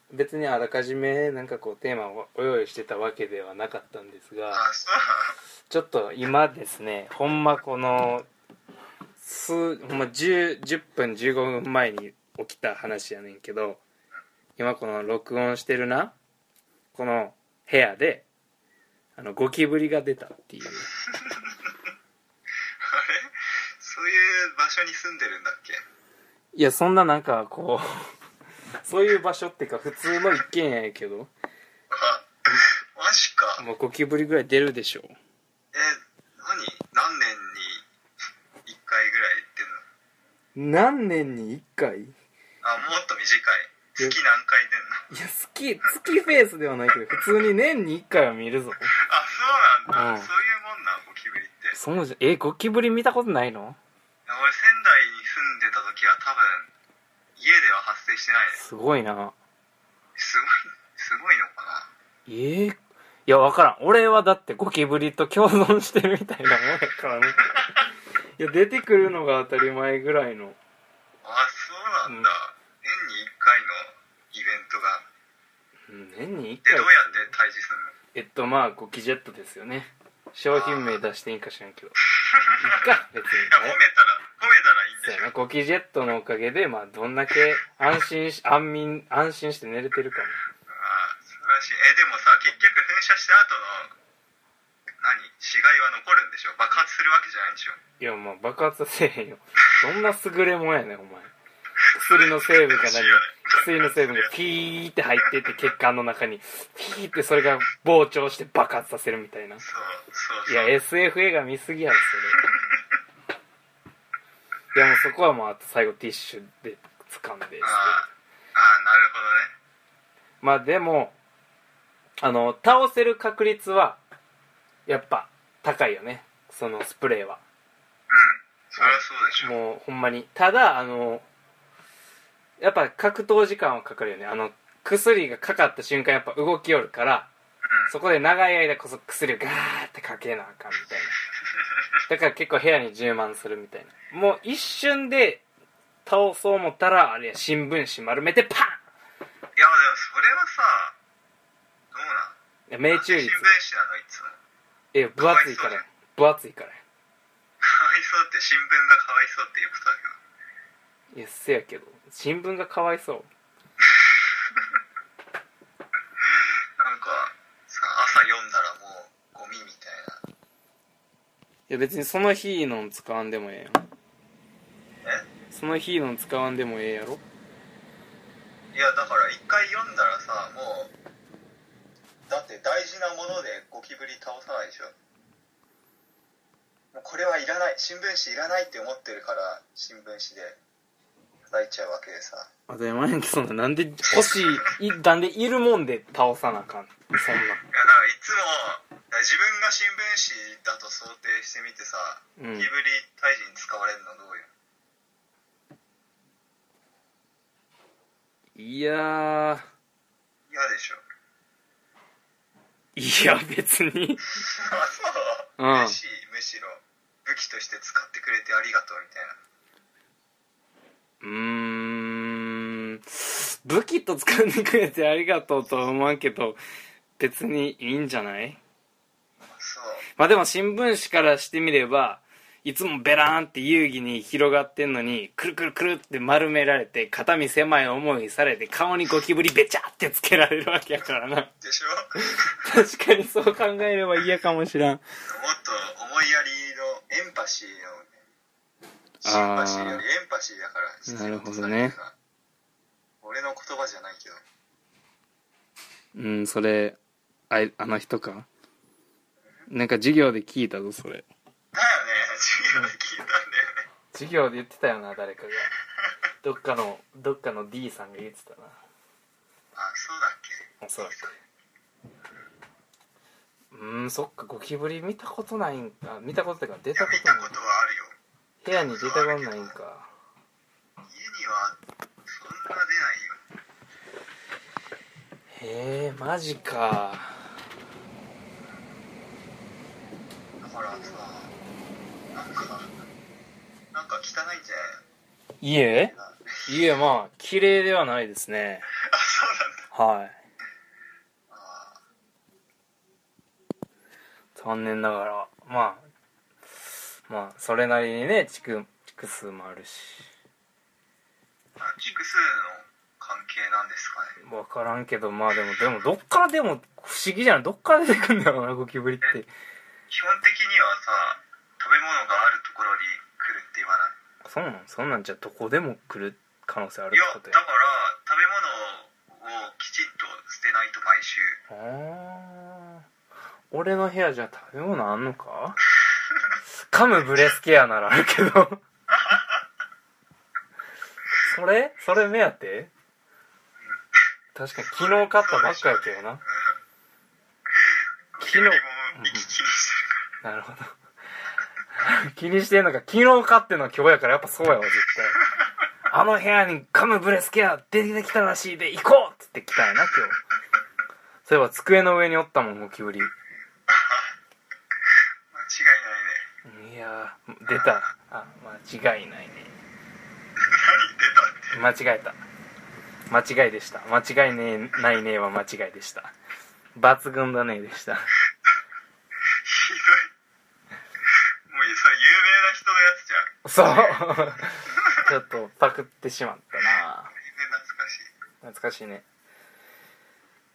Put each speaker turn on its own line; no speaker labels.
別にあらかじめなんかこうテーマをお用意してたわけではなかったんですが、
そう
ちょっと今ですね、ほんまこのほんま 10分15分前に起きた話やねんけど、今この録音してるなこの部屋でゴキブリが出たっていう
あれそういう場所に住んでるんだっけ？
いや、そんななんかこうそういう場所っていうか普通の一軒家やけど、
あ、マジか。
もうゴキブリぐらい出るでしょ。
何年に1回ぐらい出んの？
何年に1回？
あ、もっと短い。月何回出んの？
いや、月フェースではないけど普通に年に1回は見るぞ。
あ、そうなんだ、
うん、
そういうもんな、ゴキブリって。
そうじゃ、ゴキブリ見たことないの？
俺仙台に住んでた時は多分家では発生してないです。
すごいな。
すごいのかな。
いや、わからん。俺はだってゴキブリと共存してるみたいなもんやからね。いや、出てくるのが当たり前ぐらいの。
あ、そうなんだ、年に1回のイベントが。
年に1
で、
回。
どうやって退治するの？
まあゴキジェットですよね。商品名出していいんか知らんけど。いっか、別に。
いや、褒めたらいいんでしょ。
そうやな、ゴキジェットのおかげで、まあどんだけ安心して寝れてるかも。
あ、素晴らしい。でもさ、結局噴射した後の死骸は残るんでしょ？爆発するわけじゃないんでしょ？
いや、まあ爆発はせえへんよ。どんな優れもんやねん、お前。薬の成分がピーって入ってって血管の中にピーってそれが膨張して爆発させるみたいな。
そう
いや、 SF 映画見すぎやろそれ。いや、もうそこはもうあと最後ティッシュで掴んで。
なるほどね。
まあでも倒せる確率はやっぱ高いよね、そのスプレーは。
そりゃそうでしょ。
もうほんまに。ただやっぱ格闘時間はかかるよね。薬がかかった瞬間やっぱ動きよるから、そこで長い間こそ薬をガーってかけなあかんみたいな。だから結構部屋に充満するみたいな。もう一瞬で倒そう思ったら、あれや、新聞紙丸めてパン。
いや、でもそれはさ、どうなん？
命中率。
新聞紙なのいつも。
分厚いから。分厚いから。
かわいそうって、新聞がかわいそうっていうことだけど。
いや、せやけど新聞がかわいそう。
なんかさ、朝読んだらもうゴミみたいな。
いや、別にその日の使わんでもええやん。その日の使わんでもええやろ。
いや、だから一回読んだらさ、もうだって大事なものでゴキブリ倒さないでしょ。もうこれはいらない、新聞紙いらないって思ってるから新聞紙で叩いちゃうわけでさ。
当たり前やんけ、そんな。なんで欲しいなんでいるもんで倒さなあかん、そんな。
いや、だからいつも自分が新聞紙だと想定してみてさ、ゴキブリ退治に使われるのどうよ。
いや
嫌でしょ。
いや、別に。
あ、そう、嬉しい。むしろ武器として使ってくれてありがとうみたいな。
武器と使ってくれてありがとうとは思わんけど、別にいいんじゃない？
そう。
まあでも新聞紙からしてみれば、いつもベラーンって遊戯に広がってんのに、くるくるくるって丸められて、肩身狭い思いされて、顔にゴキブリベチャってつけられるわけやからな。
でしょ？
確かにそう考えれば嫌かもしらん。
もっと思いやりのエンパシーの、シンパシーよりエンパシーだから。
なるほどね。
俺の言葉じゃないけ
ど。それあの人か。なんか授業で聞いたぞそれ。
だよね、授業で聞いたんだよね。
授業で言ってたよな、誰かが。どっかの D さんが言ってたな。
あ、そうだっけ。
おそらく。そっか、ゴキブリ見たことないんか。見たことか、出たことない。
見たことはあるよ。
部屋に出たことないんか。
家にはそんな出ないよ。
マジか。
だからさ、なんか汚いんじゃない？
家まあ綺麗ではないですね。
あ、そうなんだ。
はい。
あ
残念ながらまあそれなりにね地区数もあるし、
地区数の関係なんですかね。
分からんけど、まあでもどっからでも不思議じゃない、どっから出てくんだろうなゴキブリって。
基本的にはさ、食べ物があるところに来るって言わない？
そんなんじゃどこでも来る可能性ある
いや、
ってことや。
だから食べ物をきちんと捨てないと毎週。
あー、俺の部屋じゃ食べ物あんのかカムブレスケアならあるけどそれ目当て？確かに昨日買ったばっかやけどな。昨日、
ゴキブリも息気にしてるから。
なるほど気にしてんのか。昨日買ってんのは今日やからやっぱそうやわ絶対。あの部屋にカムブレスケア出てきたらしいで行こうっつって来たんやな今日。そういえば机の上におったもんゴキブリ。
間違いないね。
いやー出た。あ、間違いないね。
何出たって。
間違えた。間違いでした。間違いねえないねえは間違いでした。抜群だねでした。
ひどい。もうそれ有名な人のやつじゃん。
そうちょっとパクってしまったな。
全然懐かしい。
懐かしいね。